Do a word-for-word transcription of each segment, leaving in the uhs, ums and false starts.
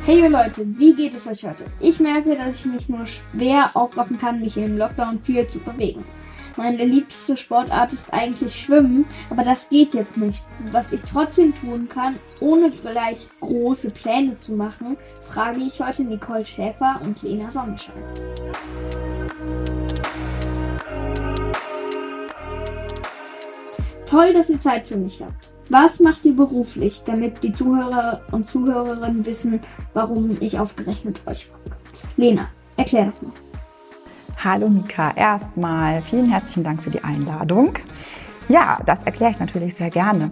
Hey ihr Leute, wie geht es euch heute? Ich merke, dass ich mich nur schwer aufraffen kann, mich im Lockdown viel zu bewegen. Meine liebste Sportart ist eigentlich Schwimmen, aber das geht jetzt nicht. Was ich trotzdem tun kann, ohne gleich große Pläne zu machen, frage ich heute Nicole Schäfer und Lena Sonnenschein. Toll, dass ihr Zeit für mich habt. Was macht ihr beruflich, damit die Zuhörer und Zuhörerinnen wissen, warum ich ausgerechnet euch frage? Lena, erklär doch mal. Hallo Mika, erstmal vielen herzlichen Dank für die Einladung. Ja, das erkläre ich natürlich sehr gerne.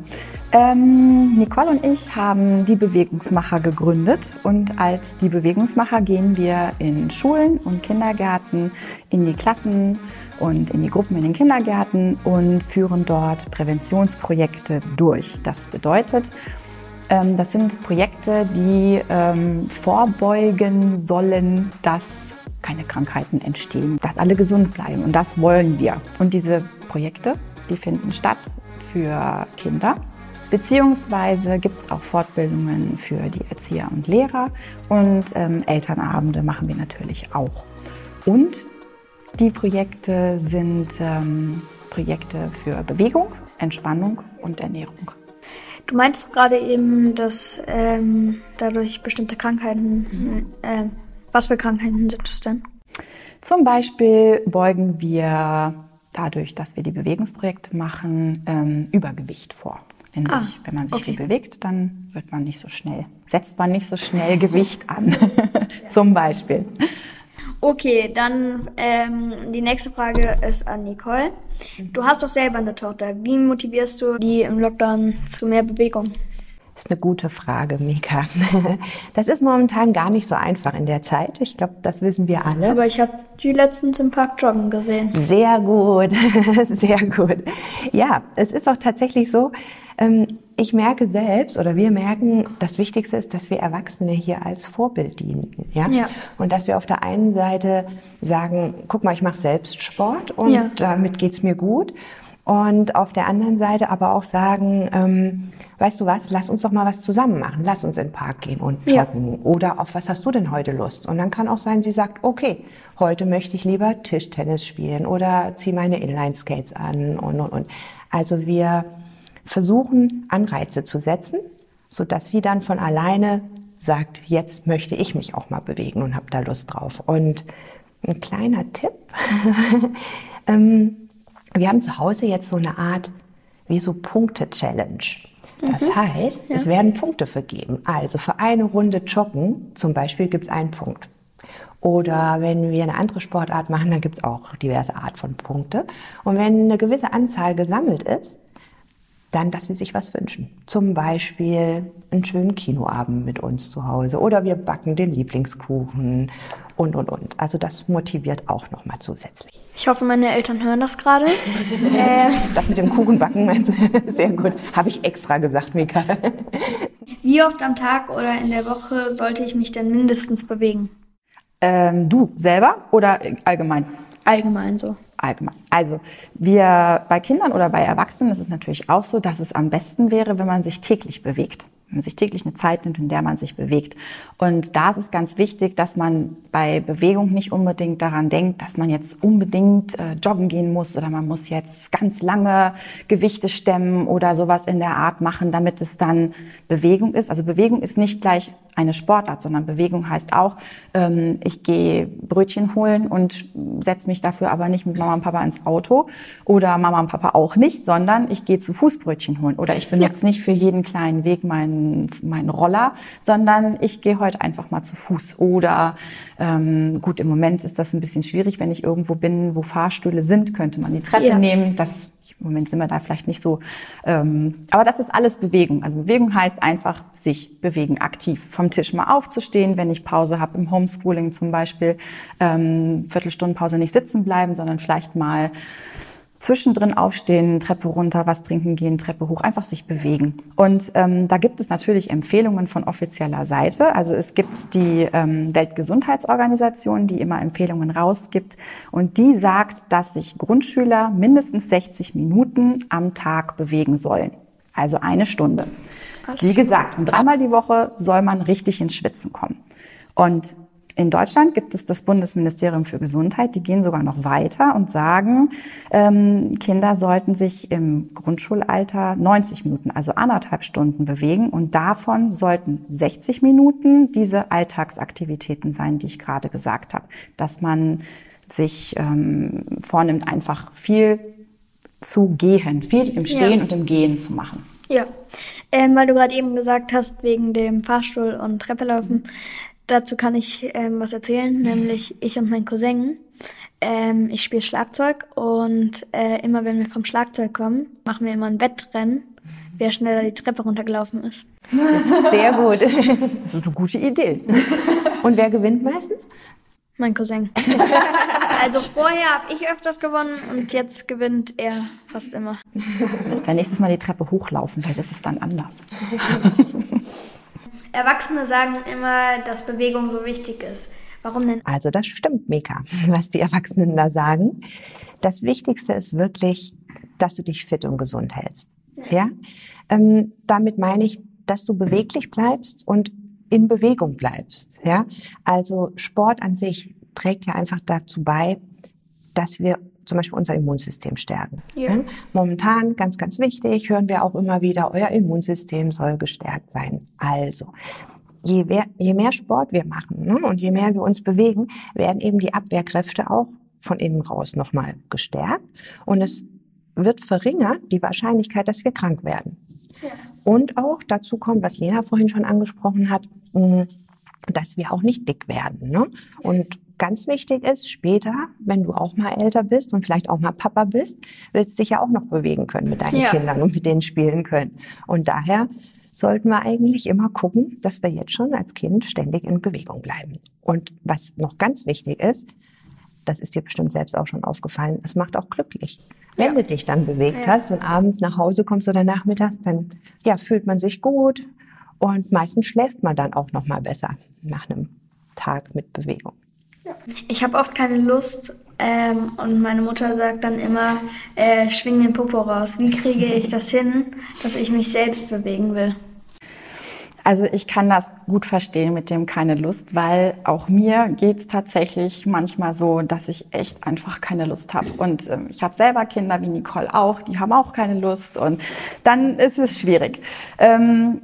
Ähm, Nicole und ich haben die Bewegungsmacher gegründet und als die Bewegungsmacher gehen wir in Schulen und Kindergärten, in die Klassen und in die Gruppen in den Kindergärten und führen dort Präventionsprojekte durch. Das bedeutet, ähm, das sind Projekte, die ähm, vorbeugen sollen, dass keine Krankheiten entstehen, dass alle gesund bleiben und das wollen wir. Und diese Projekte, die finden statt für Kinder, beziehungsweise gibt es auch Fortbildungen für die Erzieher und Lehrer und ähm, Elternabende machen wir natürlich auch. Und die Projekte sind ähm, Projekte für Bewegung, Entspannung und Ernährung. Du meinst gerade eben, dass ähm, dadurch bestimmte Krankheiten, äh, was für Krankheiten sind das denn? Zum Beispiel beugen wir dadurch, dass wir die Bewegungsprojekte machen, ähm, Übergewicht vor. Wenn, ah, sich, wenn man sich okay. viel bewegt, dann wird man nicht so schnell, setzt man nicht so schnell Gewicht an, zum Beispiel. Okay, dann ähm, die nächste Frage ist an Nicole. Du hast doch selber eine Tochter. Wie motivierst du die im Lockdown zu mehr Bewegung? Das ist eine gute Frage, Mika. Das ist momentan gar nicht so einfach in der Zeit. Ich glaube, das wissen wir alle. Aber ich habe die letztens im Park joggen gesehen. Sehr gut, sehr gut. Ja, es ist auch tatsächlich so, ich merke selbst oder wir merken, das Wichtigste ist, dass wir Erwachsene hier als Vorbild dienen. Ja? Ja. Und dass wir auf der einen Seite sagen, guck mal, ich mache selbst Sport und ja. damit geht's mir gut. Und auf der anderen Seite aber auch sagen, ähm, weißt du was, lass uns doch mal was zusammen machen. Lass uns in den Park gehen und joggen. Ja. Oder auf was hast du denn heute Lust? Und dann kann auch sein, sie sagt, okay, heute möchte ich lieber Tischtennis spielen oder zieh meine Inline-Skates an und, und, und. Also wir versuchen, Anreize zu setzen, sodass sie dann von alleine sagt, jetzt möchte ich mich auch mal bewegen und habe da Lust drauf. Und ein kleiner Tipp, ähm, wir haben zu Hause jetzt so eine Art wie so Punkte-Challenge. Das mhm. heißt, ja. es werden Punkte vergeben. Also für eine Runde Joggen zum Beispiel gibt es einen Punkt. Oder wenn wir eine andere Sportart machen, dann gibt es auch diverse Art von Punkte. Und wenn eine gewisse Anzahl gesammelt ist, dann darf sie sich was wünschen. Zum Beispiel einen schönen Kinoabend mit uns zu Hause oder wir backen den Lieblingskuchen und, und, und. Also das motiviert auch nochmal zusätzlich. Ich hoffe, meine Eltern hören das gerade. äh, das mit dem Kuchenbacken meinst du? Sehr gut. Habe ich extra gesagt, Mika. Wie oft am Tag oder in der Woche sollte ich mich denn mindestens bewegen? Ähm, du selber oder allgemein? Allgemein so. Allgemein. Also wir bei Kindern oder bei Erwachsenen ist es natürlich auch so, dass es am besten wäre, wenn man sich täglich bewegt. Wenn man sich täglich eine Zeit nimmt, in der man sich bewegt. Und da ist es ganz wichtig, dass man bei Bewegung nicht unbedingt daran denkt, dass man jetzt unbedingt äh, joggen gehen muss oder man muss jetzt ganz lange Gewichte stemmen oder sowas in der Art machen, damit es dann Bewegung ist. Also Bewegung ist nicht gleich eine Sportart, sondern Bewegung heißt auch, ähm, ich gehe Brötchen holen und setze mich dafür aber nicht mit Mama und Papa ins Auto oder Mama und Papa auch nicht, sondern ich gehe zu Fuß Brötchen holen oder ich benutze ja. nicht für jeden kleinen Weg meinen meinen Roller, sondern ich gehe heute einfach mal zu Fuß. Oder ähm, gut, im Moment ist das ein bisschen schwierig, wenn ich irgendwo bin, wo Fahrstühle sind, könnte man die Treppe ja. nehmen. Das, im Moment sind wir da vielleicht nicht so. Ähm, aber das ist alles Bewegung. Also Bewegung heißt einfach sich bewegen, aktiv. Vom Tisch mal aufzustehen, wenn ich Pause habe, im Homeschooling zum Beispiel, ähm, Viertelstundenpause nicht sitzen bleiben, sondern vielleicht mal zwischendrin aufstehen, Treppe runter, was trinken gehen, Treppe hoch, einfach sich bewegen. Und ähm, da gibt es natürlich Empfehlungen von offizieller Seite. Also es gibt die ähm, Weltgesundheitsorganisation, die immer Empfehlungen rausgibt. Und die sagt, dass sich Grundschüler mindestens sechzig Minuten am Tag bewegen sollen. Also eine Stunde. Wie gesagt, und dreimal die Woche soll man richtig ins Schwitzen kommen. Und in Deutschland gibt es das Bundesministerium für Gesundheit, die gehen sogar noch weiter und sagen, ähm, Kinder sollten sich im Grundschulalter neunzig Minuten, also anderthalb Stunden bewegen und davon sollten sechzig Minuten diese Alltagsaktivitäten sein, die ich gerade gesagt habe, dass man sich ähm, vornimmt, einfach viel zu gehen, viel im Stehen Ja. und im Gehen zu machen. Ja, ähm, weil du gerade eben gesagt hast, wegen dem Fahrstuhl und Treppelaufen, dazu kann ich ähm, was erzählen, nämlich ich und mein Cousin. Ähm, ich spiele Schlagzeug und äh, immer wenn wir vom Schlagzeug kommen, machen wir immer ein Wettrennen, wer schneller die Treppe runtergelaufen ist. Sehr gut. Das ist eine gute Idee. Und wer gewinnt meistens? Mein Cousin. Also vorher habe ich öfters gewonnen und jetzt gewinnt er fast immer. Dass wir nächstes Mal die Treppe hochlaufen, vielleicht ist es dann anders. Erwachsene sagen immer, dass Bewegung so wichtig ist. Warum denn? Also das stimmt, Mika, was die Erwachsenen da sagen. Das Wichtigste ist wirklich, dass du dich fit und gesund hältst. Ja? Ähm, damit meine ich, dass du beweglich bleibst und in Bewegung bleibst. Ja? Also Sport an sich trägt ja einfach dazu bei, dass wir zum Beispiel unser Immunsystem stärken. Ja. Ja? Momentan, ganz, ganz wichtig, hören wir auch immer wieder, euer Immunsystem soll gestärkt sein. Also, je mehr, je mehr Sport wir machen, ne, und je mehr wir uns bewegen, werden eben die Abwehrkräfte auch von innen raus nochmal gestärkt. Und es wird verringert die Wahrscheinlichkeit, dass wir krank werden. Ja. Und auch dazu kommt, was Lena vorhin schon angesprochen hat, dass wir auch nicht dick werden. Ne? Und ganz wichtig ist, später, wenn du auch mal älter bist und vielleicht auch mal Papa bist, willst du dich ja auch noch bewegen können mit deinen Ja. Kindern und mit denen spielen können. Und daher sollten wir eigentlich immer gucken, dass wir jetzt schon als Kind ständig in Bewegung bleiben. Und was noch ganz wichtig ist, das ist dir bestimmt selbst auch schon aufgefallen, es macht auch glücklich. Wenn Ja. du dich dann bewegt Ja. hast und abends nach Hause kommst oder nachmittags, dann ja, fühlt man sich gut und meistens schläft man dann auch noch mal besser nach einem Tag mit Bewegung. Ich habe oft keine Lust ähm, und meine Mutter sagt dann immer, äh, schwing den Popo raus. Wie kriege ich das hin, dass ich mich selbst bewegen will? Also ich kann das gut verstehen mit dem keine Lust, weil auch mir geht's tatsächlich manchmal so, dass ich echt einfach keine Lust habe. Und ähm, ich habe selber Kinder, wie Nicole auch, die haben auch keine Lust und dann ist es schwierig. Ähm,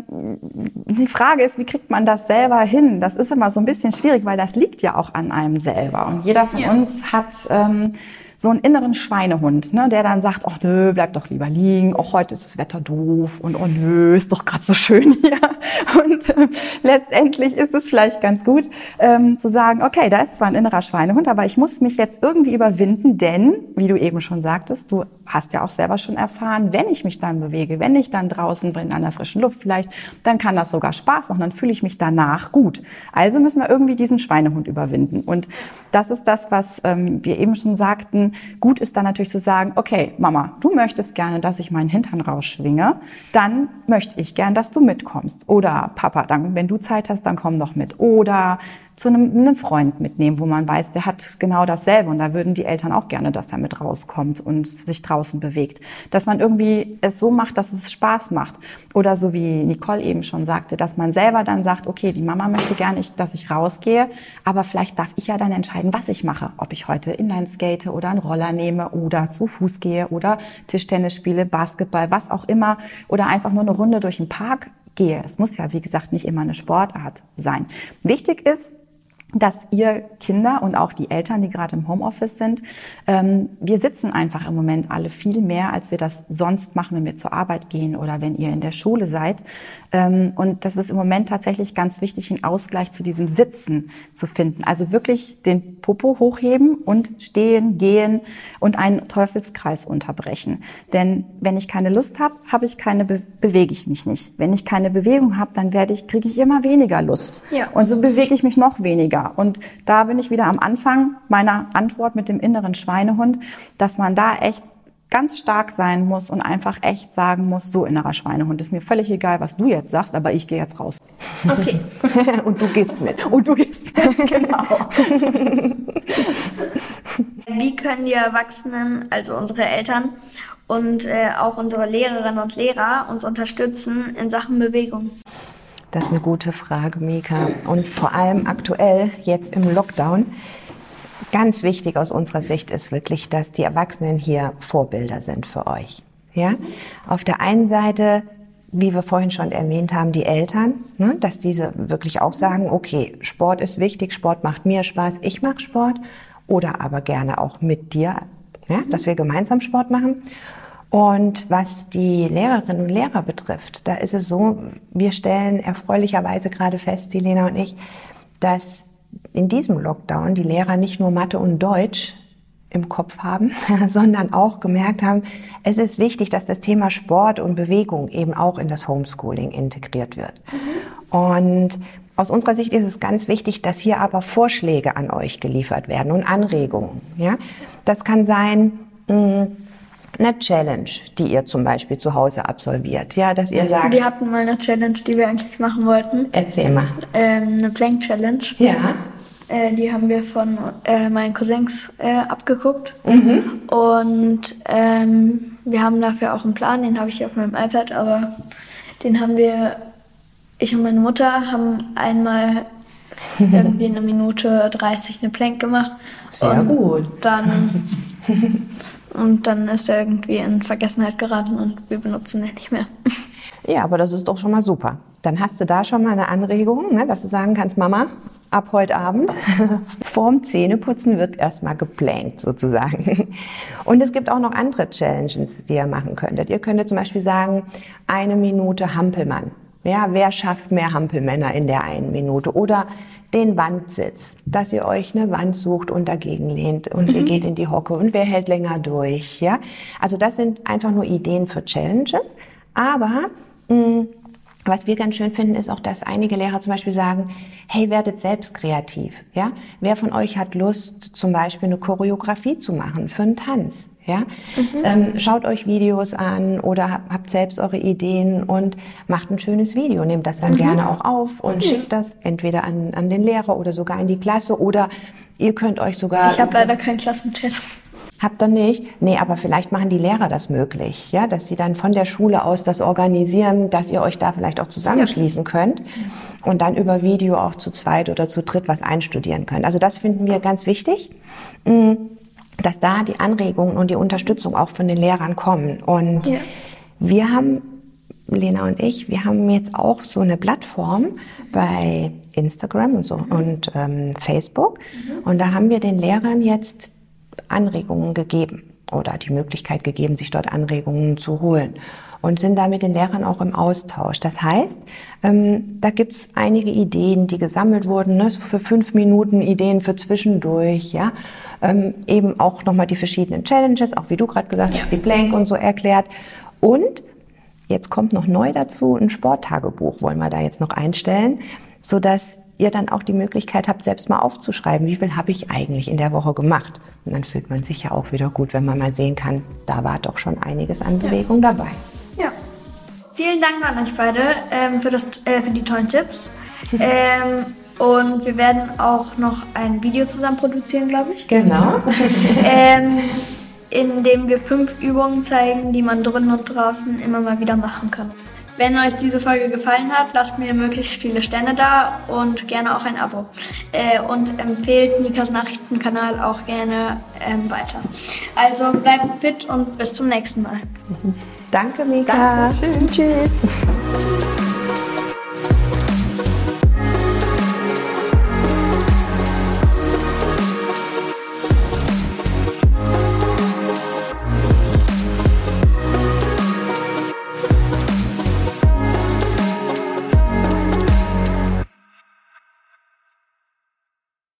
die Frage ist, wie kriegt man das selber hin? Das ist immer so ein bisschen schwierig, weil das liegt ja auch an einem selber. Und jeder von Ja. uns hat ähm, so einen inneren Schweinehund, ne, der dann sagt, ach nö, bleib doch lieber liegen, auch heute ist das Wetter doof und oh nö, ist doch gerade so schön hier. Und äh, letztendlich ist es vielleicht ganz gut, ähm, zu sagen, okay, da ist zwar ein innerer Schweinehund, aber ich muss mich jetzt irgendwie überwinden, denn, wie du eben schon sagtest, du hast ja auch selber schon erfahren, wenn ich mich dann bewege, wenn ich dann draußen bin an der frischen Luft vielleicht, dann kann das sogar Spaß machen, dann fühle ich mich danach gut. Also müssen wir irgendwie diesen Schweinehund überwinden. Und das ist das, was ähm, wir eben schon sagten. Gut ist dann natürlich zu sagen, okay, Mama, du möchtest gerne, dass ich meinen Hintern rausschwinge, dann möchte ich gern, dass du mitkommst. Oder Papa, dann, wenn du Zeit hast, dann komm doch mit. Oder zu einem, einem Freund mitnehmen, wo man weiß, der hat genau dasselbe und da würden die Eltern auch gerne, dass er mit rauskommt und sich draußen bewegt. Dass man irgendwie es so macht, dass es Spaß macht. Oder so wie Nicole eben schon sagte, dass man selber dann sagt, okay, die Mama möchte gerne, dass ich rausgehe, aber vielleicht darf ich ja dann entscheiden, was ich mache. Ob ich heute Inline skate oder einen Roller nehme oder zu Fuß gehe oder Tischtennis spiele, Basketball, was auch immer. Oder einfach nur eine Runde durch den Park gehe. Es muss ja, wie gesagt, nicht immer eine Sportart sein. Wichtig ist, dass ihr Kinder und auch die Eltern, die gerade im Homeoffice sind, ähm, wir sitzen einfach im Moment alle viel mehr, als wir das sonst machen, wenn wir zur Arbeit gehen oder wenn ihr in der Schule seid. Ähm, und das ist im Moment tatsächlich ganz wichtig, einen Ausgleich zu diesem Sitzen zu finden. Also wirklich den Popo hochheben und stehen, gehen und einen Teufelskreis unterbrechen. Denn wenn ich keine Lust habe, habe ich keine, be- bewege ich mich nicht. Wenn ich keine Bewegung habe, dann werde ich, kriege ich immer weniger Lust. Ja. Und so bewege ich mich noch weniger. Und da bin ich wieder am Anfang meiner Antwort mit dem inneren Schweinehund, dass man da echt ganz stark sein muss und einfach echt sagen muss, so innerer Schweinehund, ist mir völlig egal, was du jetzt sagst, aber ich gehe jetzt raus. Okay. Und du gehst mit. Und du gehst mit, genau. Wie können die Erwachsenen, also unsere Eltern und äh, auch unsere Lehrerinnen und Lehrer uns unterstützen in Sachen Bewegung? Das ist eine gute Frage, Mika. Und vor allem aktuell, jetzt im Lockdown, ganz wichtig aus unserer Sicht ist wirklich, dass die Erwachsenen hier Vorbilder sind für euch. Ja? Auf der einen Seite, wie wir vorhin schon erwähnt haben, die Eltern, ne, dass diese wirklich auch sagen, okay, Sport ist wichtig, Sport macht mir Spaß, ich mache Sport. Oder aber gerne auch mit dir, ja, dass wir gemeinsam Sport machen. Und was die Lehrerinnen und Lehrer betrifft, da ist es so, wir stellen erfreulicherweise gerade fest, die Lena und ich, dass in diesem Lockdown die Lehrer nicht nur Mathe und Deutsch im Kopf haben, sondern auch gemerkt haben, es ist wichtig, dass das Thema Sport und Bewegung eben auch in das Homeschooling integriert wird. Mhm. Und aus unserer Sicht ist es ganz wichtig, dass hier aber Vorschläge an euch geliefert werden und Anregungen. Ja? Das kann sein, mh, eine Challenge, die ihr zum Beispiel zu Hause absolviert. Ja, dass ihr sagt... Wir hatten mal eine Challenge, die wir eigentlich machen wollten. Erzähl mal. Ähm, eine Plank-Challenge. Ja. Äh, die haben wir von äh, meinen Cousins äh, abgeguckt. Mhm. Und ähm, wir haben dafür auch einen Plan, den habe ich hier auf meinem iPad, aber den haben wir... Ich und meine Mutter haben einmal irgendwie eine Minute dreißig eine Plank gemacht. Sehr und gut. Dann, und dann ist er irgendwie in Vergessenheit geraten und wir benutzen den nicht mehr. Ja, aber das ist doch schon mal super. Dann hast du da schon mal eine Anregung, ne, dass du sagen kannst, Mama, ab heute Abend vorm Zähneputzen wird erstmal geplankt sozusagen. Und es gibt auch noch andere Challenges, die ihr machen könntet. Ihr könntet zum Beispiel sagen, eine Minute Hampelmann. Ja, wer schafft mehr Hampelmänner in der einen Minute? Oder den Wandsitz, dass ihr euch eine Wand sucht und dagegen lehnt und mhm. ihr geht in die Hocke und wer hält länger durch? Ja, also das sind einfach nur Ideen für Challenges. Aber mh, was wir ganz schön finden, ist auch, dass einige Lehrer zum Beispiel sagen, hey, werdet selbst kreativ. Ja, wer von euch hat Lust, zum Beispiel eine Choreografie zu machen für einen Tanz? Ja, mhm. ähm, schaut euch Videos an oder habt selbst eure Ideen und macht ein schönes Video. Nehmt das dann mhm. gerne auch auf und mhm. schickt das entweder an, an den Lehrer oder sogar in die Klasse oder ihr könnt euch sogar... Ich habe leider keinen Klassenchat. Habt ihr nicht? Nee, aber vielleicht machen die Lehrer das möglich, ja, dass sie dann von der Schule aus das organisieren, dass ihr euch da vielleicht auch zusammenschließen könnt und dann über Video auch zu zweit oder zu dritt was einstudieren könnt. Also das finden wir ganz wichtig, dass da die Anregungen und die Unterstützung auch von den Lehrern kommen. Und ja. wir haben, Lena und ich, wir haben jetzt auch so eine Plattform bei Instagram und so mhm. und ähm, Facebook. Mhm. Und da haben wir den Lehrern jetzt Anregungen gegeben oder die Möglichkeit gegeben, sich dort Anregungen zu holen und sind da mit den Lehrern auch im Austausch. Das heißt, ähm, da gibt's einige Ideen, die gesammelt wurden, ne, für fünf Minuten Ideen für zwischendurch, ja, ähm, eben auch nochmal die verschiedenen Challenges, auch wie du gerade gesagt hast, ja. die Plank und so erklärt. Und jetzt kommt noch neu dazu, ein Sporttagebuch wollen wir da jetzt noch einstellen, sodass ihr dann auch die Möglichkeit habt, selbst mal aufzuschreiben, wie viel habe ich eigentlich in der Woche gemacht. Und dann fühlt man sich ja auch wieder gut, wenn man mal sehen kann, da war doch schon einiges an Bewegung ja. dabei. Ja. Vielen Dank an euch beide ähm, für, das, äh, für die tollen Tipps. ähm, und wir werden auch noch ein Video zusammen produzieren, glaube ich. Genau. ähm, in dem wir fünf Übungen zeigen, die man drinnen und draußen immer mal wieder machen kann. Wenn euch diese Folge gefallen hat, lasst mir möglichst viele Sterne da und gerne auch ein Abo. Äh, und empfehlt Mikas Nachrichtenkanal auch gerne ähm, weiter. Also bleibt fit und bis zum nächsten Mal. Danke, Mika. Danke. Tschüss. Tschüss.